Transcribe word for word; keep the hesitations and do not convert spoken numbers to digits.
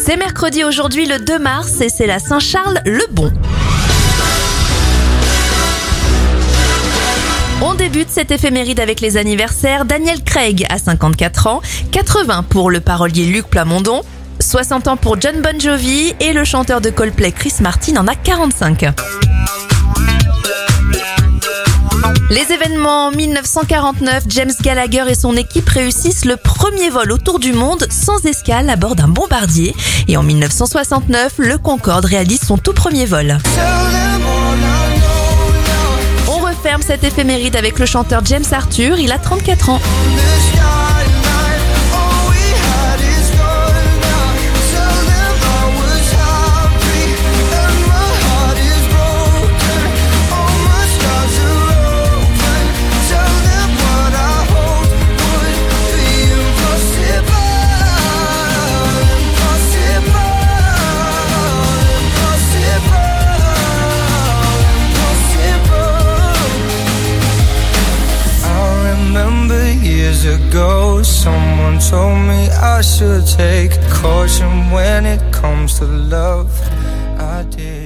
C'est mercredi aujourd'hui le deux mars et c'est la Saint-Charles le Bon. On débute cette éphéméride avec les anniversaires. Daniel Craig a cinquante-quatre ans, quatre-vingts pour le parolier Luc Plamondon, soixante ans pour Jon Bon Jovi et le chanteur de Coldplay Chris Martin en a quarante-cinq. Les événements en dix-neuf cent quarante-neuf, James Gallagher et son équipe réussissent le premier vol autour du monde sans escale à bord d'un bombardier. Et en dix-neuf cent soixante-neuf, le Concorde réalise son tout premier vol. On referme cette éphéméride avec le chanteur James Arthur, il a trente-quatre ans. Years ago, someone told me I should take caution when it comes to love. I did.